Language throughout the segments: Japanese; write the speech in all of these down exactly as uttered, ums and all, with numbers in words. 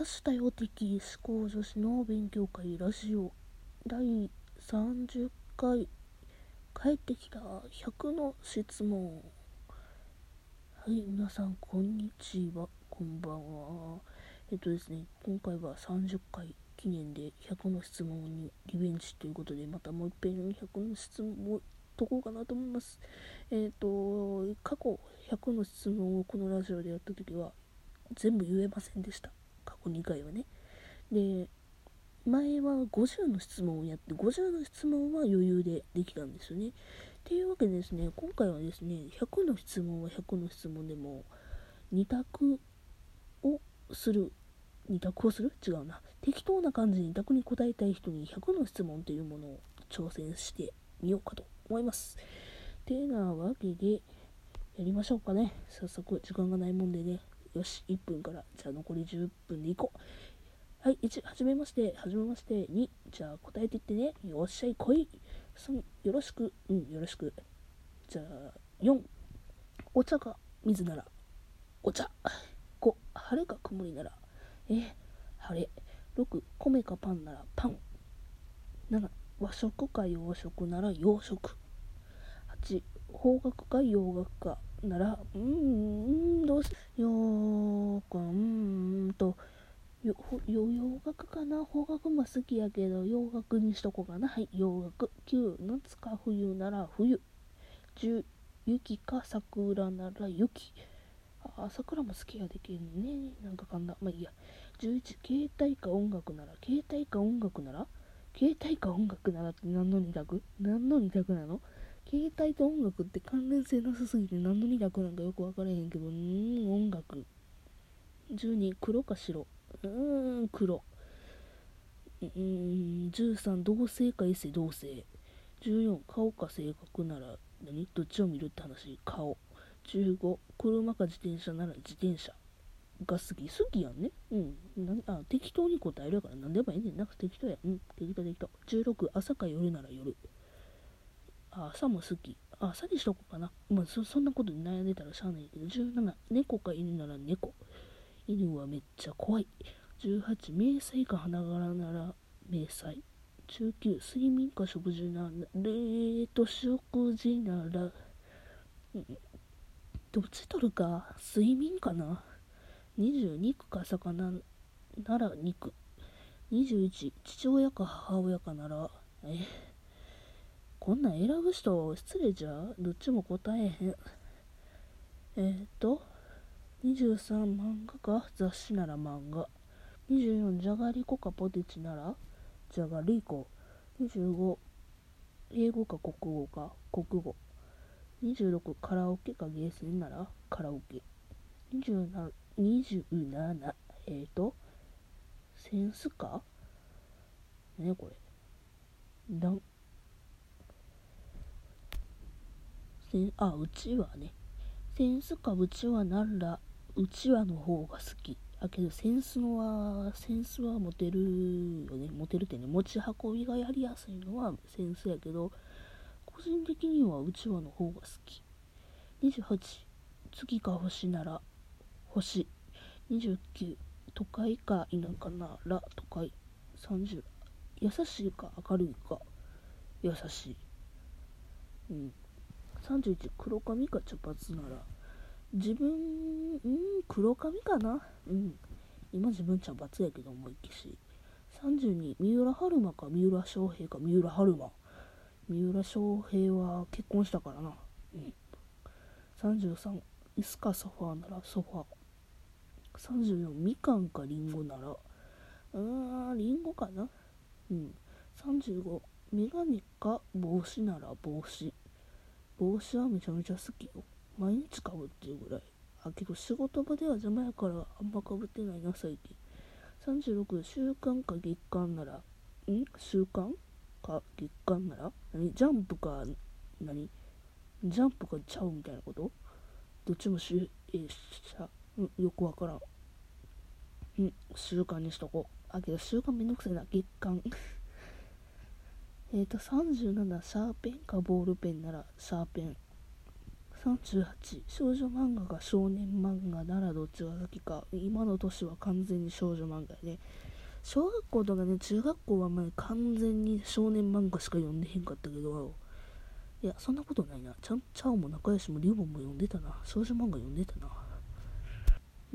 多種多様的思考女子の勉強会ラジオだいさんじゅっかい、帰ってきたひゃくの質問。はい、皆さんこんにちは、こんばんは。えっとですね今回はさんじゅっかい記念でひゃくの質問にリベンジということで、またもう一遍ひゃくの質問を解こうかなと思います。えっと過去ひゃくの質問をこのラジオでやった時は全部言えませんでした。過去にかいはね。で、前はごじゅうの質問をやって、ごじゅうの質問は余裕でできたんですよね。っていうわけでですね、今回はですね、ひゃくの質問はひゃくの質問でもに択をする、に択をする違うな。適当な感じにに択に答えたい人にひゃくの質問というものを挑戦してみようかと思います。てなわけで、やりましょうかね。早速、時間がないもんでね。よし、いっぷんから、じゃあ残りじゅっぷんでいこう。はい、いち、はじめまして、はじめまして、に、じゃあ答えていってね。よっしゃい、来い。さん、よろしく、うん、よろしく。じゃあ、よん、お茶か水なら、お茶。ご、晴れか曇りなら、え、晴れ。ろく、米かパンならパン。なな、和食か洋食なら洋食。はち、邦楽か洋楽かなら、うーん、どうしようか、うーんと、よよ洋楽かな。邦楽も好きやけど洋楽にしとこうかな。はい、洋楽。きゅう、夏か冬なら冬。じゅう、雪か桜なら雪。あ、桜も好きやでけんね。なんかかんだ。まあいいや。じゅういち、携帯か音楽なら携帯か音楽なら携帯か音楽ならって何のに択何のに択なの。携帯と音楽って関連性なさすぎて何のに択なんかよく分からへんけど、うーん、音楽。じゅうに、黒か白。うーん、黒。うーん、じゅうさん、同性か異性同性。じゅうよん、顔か性格なら何どっちを見るって話。顔。じゅうご、車か自転車なら自転車が好き。好きやんね。うん。なあ、適当に答えるから何でもいいねんな。適当や。うん。適当適当。じゅうろく、朝か夜なら夜。あ、朝も好き。あ、朝にしとこうかな。まあ、そ、そんなことで悩んでたらしゃあないけど。じゅうなな、猫か犬なら猫。犬はめっちゃ怖い。じゅうはち、迷彩か花柄なら迷彩。じゅうきゅう、睡眠か食事なら、冷凍食事なら、どっち取るか、睡眠かな。にじゅう、肉か魚なら肉。にじゅういち、父親か母親かなら、え、こんなん選ぶ人失礼じゃ。どっちも答えへん。えー、っと、にじゅうさん、漫画か雑誌なら漫画。にじゅうよん、じゃがりこかポテチならじゃがりこ。にじゅうご、英語か国語か国語。にじゅうろく、カラオケかゲーセンならカラオケ。にじゅうなな、にじゅうなな、えーと、センスかねこれ。だん、せん、あ、うちわね。センスかうちわならうちわの方が好き。あけどセンスのはセンスはモテるよね。モテるってね、持ち運びがやりやすいのはセンスやけど、個人的にはうちわの方が好き。にじゅうはち、月か星なら星。にじゅうきゅう、都会か田舎なら都会。さんじゅう、優しいか明るいか優しい。うん。さんじゅういち、黒髪か茶髪なら自分、うん黒髪かな。うん。今自分茶髪やけどもいきし。さんじゅうに、三浦春馬か三浦翔平か三浦春馬。三浦翔平は結婚したからな。うん。さんじゅうさん、椅子かソファーならソファー。さんじゅうよん、みかんかりんごなら、うーん、りんごかな。うん。さんじゅうご、メガネか帽子なら帽子。帽子はめちゃめちゃ好きよ。毎日かぶってるぐらい。あ、けど仕事場では邪魔やからあんまかぶってないな最近。さんじゅうろく、週刊か月刊なら、ん週刊か月刊なら何ジャンプか、何ジャンプかちゃうみたいなこと。どっちも週、えー、しゃ、うん、よくわからん。うん、週刊にしとこう。あ、けど週刊めんどくさいな。月刊。えっと、さんじゅうなな、シャーペンかボールペンならシャーペン。 さんじゅうはち、少女漫画が少年漫画ならどっちが先か。今の年は完全に少女漫画やね。小学校とかね、中学校は前完全に少年漫画しか読んでへんかったけど、いや、そんなことないな。ちゃん、チャオも仲良しもリボンも読んでたな。少女漫画読んでたな。うん、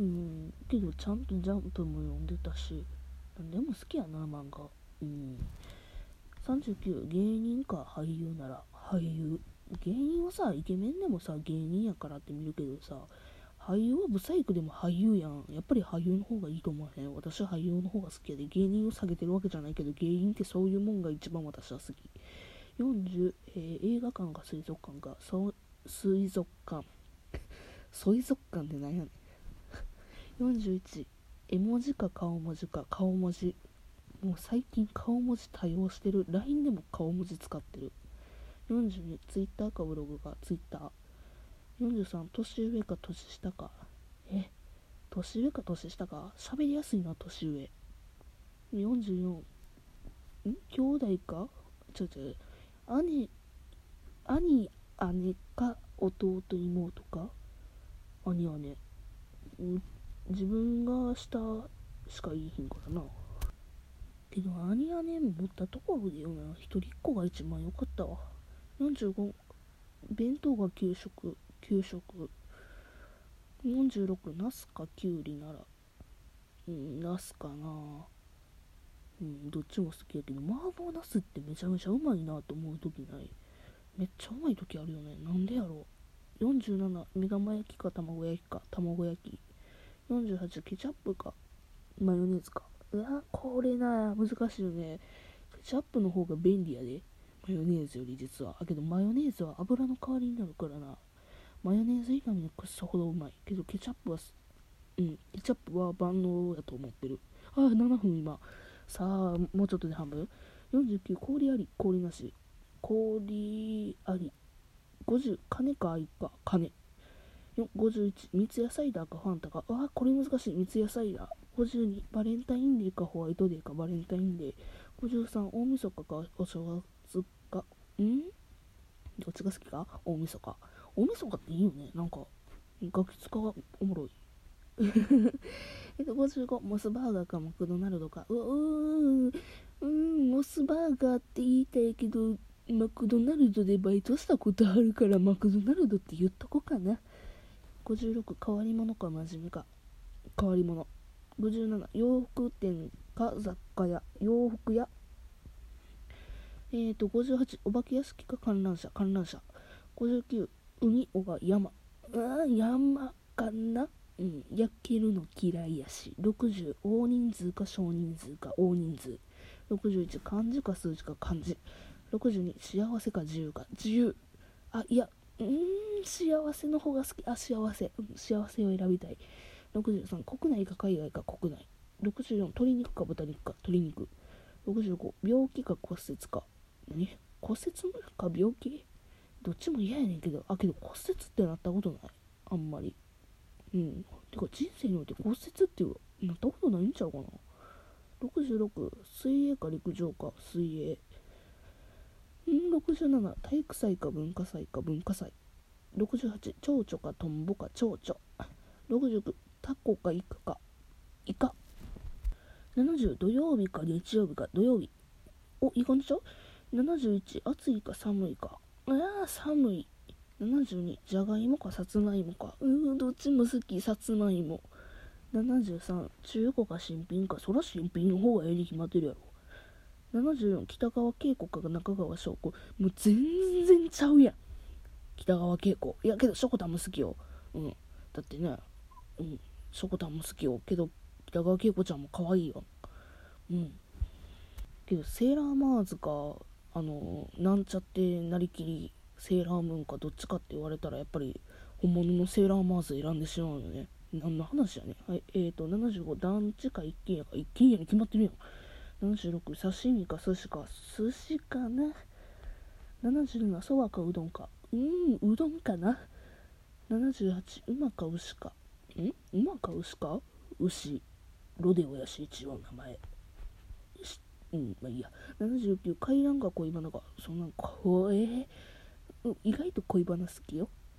けどちゃんとジャンプも読んでたし、でも好きやな、漫画。うん。さんじゅうきゅう、芸人か俳優なら俳優。芸人はさ、イケメンでもさ、芸人やからって見るけどさ、俳優はブサイクでも俳優やん。やっぱり俳優の方がいいと思わへん。私は俳優の方が好きやで。芸人を下げてるわけじゃないけど、芸人ってそういうもんが一番私は好き。よんじゅう、えー映画館か水族館か、そう水族館。水族館って何やねん。よんじゅういち、絵文字か顔文字か顔文字。もう最近顔文字多用してる。 ライン でも顔文字使ってる。よんじゅうに、ツイッターかブログかツイッター。よんじゅうさん、年上か年下か。え年上か年下か。喋りやすいな、年上。よんじゅうよん、ん兄弟か、ちょちょ兄兄姉か弟妹か。兄姉、ん自分が下しかいいひんからな。けど兄姉持ったところでよな、一人っ子が一番良かったわ。よんじゅうご、弁当が給食給食。よんじゅうろく、ナスかキュウリなら、うん、ナスかな。うん、どっちも好きやけど、麻婆ナスってめちゃめちゃうまいなと思う時ない？めっちゃうまい時あるよね。なんでやろう。よんじゅうなな、目玉焼きか卵焼きか。卵焼き。よんじゅうはち、ケチャップかマヨネーズか。うわ、これな、難しいよね。ケチャップの方が便利やで。マヨネーズより実は。あけどマヨネーズは油の代わりになるからな。マヨネーズ以外にこっそほどうまい。けどケチャップは、うん、ケチャップは万能やと思ってる。ああ、ななふん今。さあ、もうちょっとで半分。よんじゅうきゅう、氷あり、氷なし。氷あり。ごじゅう、金か愛か、金。ごじゅういち、三ツ矢サイダーかファンタか。ああ、これ難しい。三ツ矢サイダー。ごじゅうに、バレンタインデーかホワイトデーかバレンタインデー。ごじゅうさん、大晦日かお正月か。んどっちが好きか。大晦日。大晦日っていいよね。なんか、ガキ使がおもろい。えっと、ごじゅうご、モスバーガーかマクドナルドか。うーん、うーん、モスバーガーって言いたいけど、マクドナルドでバイトしたことあるからマクドナルドって言っとこかな。ごじゅうろく、変わり者か真面目か。変わり者。ごじゅうなな、洋服店か雑貨屋。洋服屋。えっ、ー、と、ごじゅうはち、お化け屋敷か観覧車。観覧車。ごじゅうきゅう、海、尾が山。ああ、山かな。うん、焼けるの嫌いやし。ろくじゅう、大人数か少人数か大人数。ろくじゅういち、漢字か数字か漢字。ろくじゅうに、幸せか自由か自由。あ、いや、うーん、幸せの方が好き。あ、幸せ。うん、幸せを選びたい。ろくじゅうさん、国内か海外か国内。ろくじゅうよん、鶏肉か豚肉か鶏肉。ろくじゅうご、病気か骨折か。何骨折か病気、どっちも嫌やねんけど。あ、けど骨折ってなったことない。あんまり。うん。てか人生において骨折ってなったことないんちゃうかな。ろくじゅうろく、水泳か陸上か水泳。んろくじゅうなな、体育祭か文化祭か文化祭。ろくじゅうはち、蝶々かトンボか蝶々。ろくじゅうきゅう、タコかイカかイカ。ななじゅう、土曜日か日曜日か土曜日。お、いい感じちゃう。ななじゅういち、暑いか寒いか。ああ、寒い。ななじゅうに、じゃがいもかさつまいもか。うー、どっちも好き、さつまいも。ななじゅうさん、中古か新品か。そら新品の方がええに決まってるやろ。ななじゅうよん、北川景子か中川翔子。もう全然ちゃうやん。北川景子。いやけどしょこたんも好きよ。うん。だってね、うん。しょこたんも好きよ。けど北川景子ちゃんも可愛いよ。うん。けどセーラーマーズか、あのなんちゃってなりきりセーラームーンかどっちかって言われたらやっぱり本物のセーラーマーズ選んでしまうよね。何の話やね。はい。えーとななじゅうご、団地か一軒家か。一軒家に決まってるやん。ななじゅうろく、刺身か寿司か。寿司かな。ななじゅうなな、そばかうどんか。うーん、うどんかな。ななじゅうはち、馬か牛か。ん馬か牛か。牛。ロデオやし一応名前。うん、まあいいや。ななじゅうきゅう、階段か恋バナか。そんなんか、ほえー、意外と恋バナ好きよ。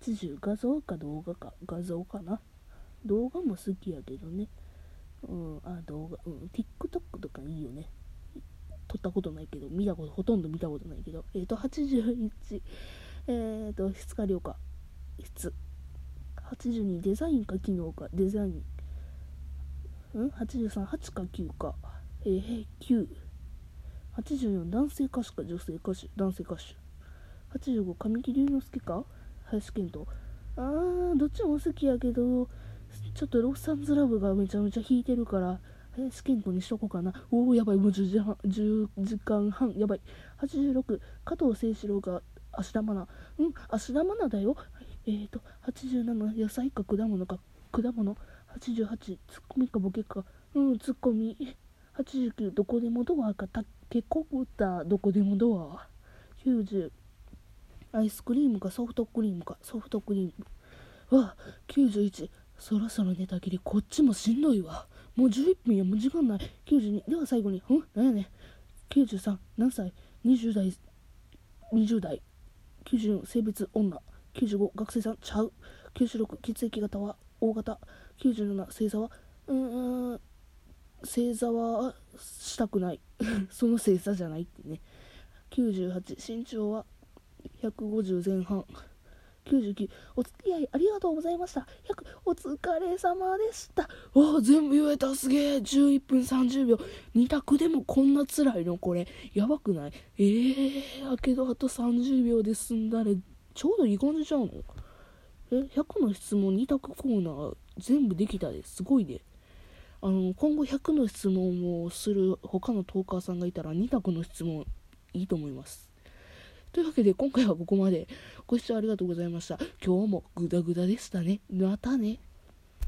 ちじゅう、画像か動画か、画像かな。動画も好きやけどね。うん、あ、動画、うん、TikTok とかいいよね。撮ったことないけど、見たこと、ほとんど見たことないけど、えっ、ー、と、はちじゅういち、えっ、ー、と、質化量か、質。はちじゅうに、デザインか機能か、デザイン。うん ?はちじゅうさん、はちかきゅうか、えー、きゅう。はちじゅうよん、男性歌手か女性歌手、男性歌手。はちじゅうご、神木隆之介か林遣都。あー、どっちも好きやけど、ちょっとロッサンズラブがめちゃめちゃ弾いてるから、林遣都にしとこうかな。おー、やばい、もうじゅうじはん、じゅうじかんはん、やばい。はちじゅうろく、加藤清史郎が芦田愛菜。うん、芦田愛菜だよ。えーと、はちじゅうなな、野菜か果物か、果物。はちじゅうはち、ツッコミかボケか。うん、ツッコミ。はちじゅうきゅう、どこでもドアか、タケコプター、どこでもドア。きゅうじゅう、アイスクリームかソフトクリームか、ソフトクリーム。わあ、きゅうじゅういち、そろそろ寝たきり、こっちもしんどいわ。もうじゅういっぷんや、もう時間ない。きゅうじゅうに、では最後に、んなんやねん。きゅうじゅうさん、何歳 ?にじゅう 代、にじゅう代。きゅうじゅうよん、性別女。きゅうじゅうご、学生さん、ちゃう。きゅうじゅうろく、血液型は O 型。きゅうじゅうなな、星座はうーん、星座はしたくないその星座じゃないってね。きゅうじゅうはち、身長はひゃくごじゅう前半。きゅうじゅうきゅう、お付き合いありがとうございました。ひゃく、お疲れ様でした。おー、全部言えた、すげえ。じゅういっぷんさんじゅうびょう。に択でもこんな辛いのこれ。やばくない？えー、やけどあとさんじゅうびょうで済んだれ、ちょうどいい感じちゃうの？え、ひゃくの質問に択コーナー全部できたで、すごいね。あの、今後ひゃくの質問をする他のトーカーさんがいたらに択の質問いいと思います。というわけで今回はここまで。ご視聴ありがとうございました。今日もグダグダでしたね。またね。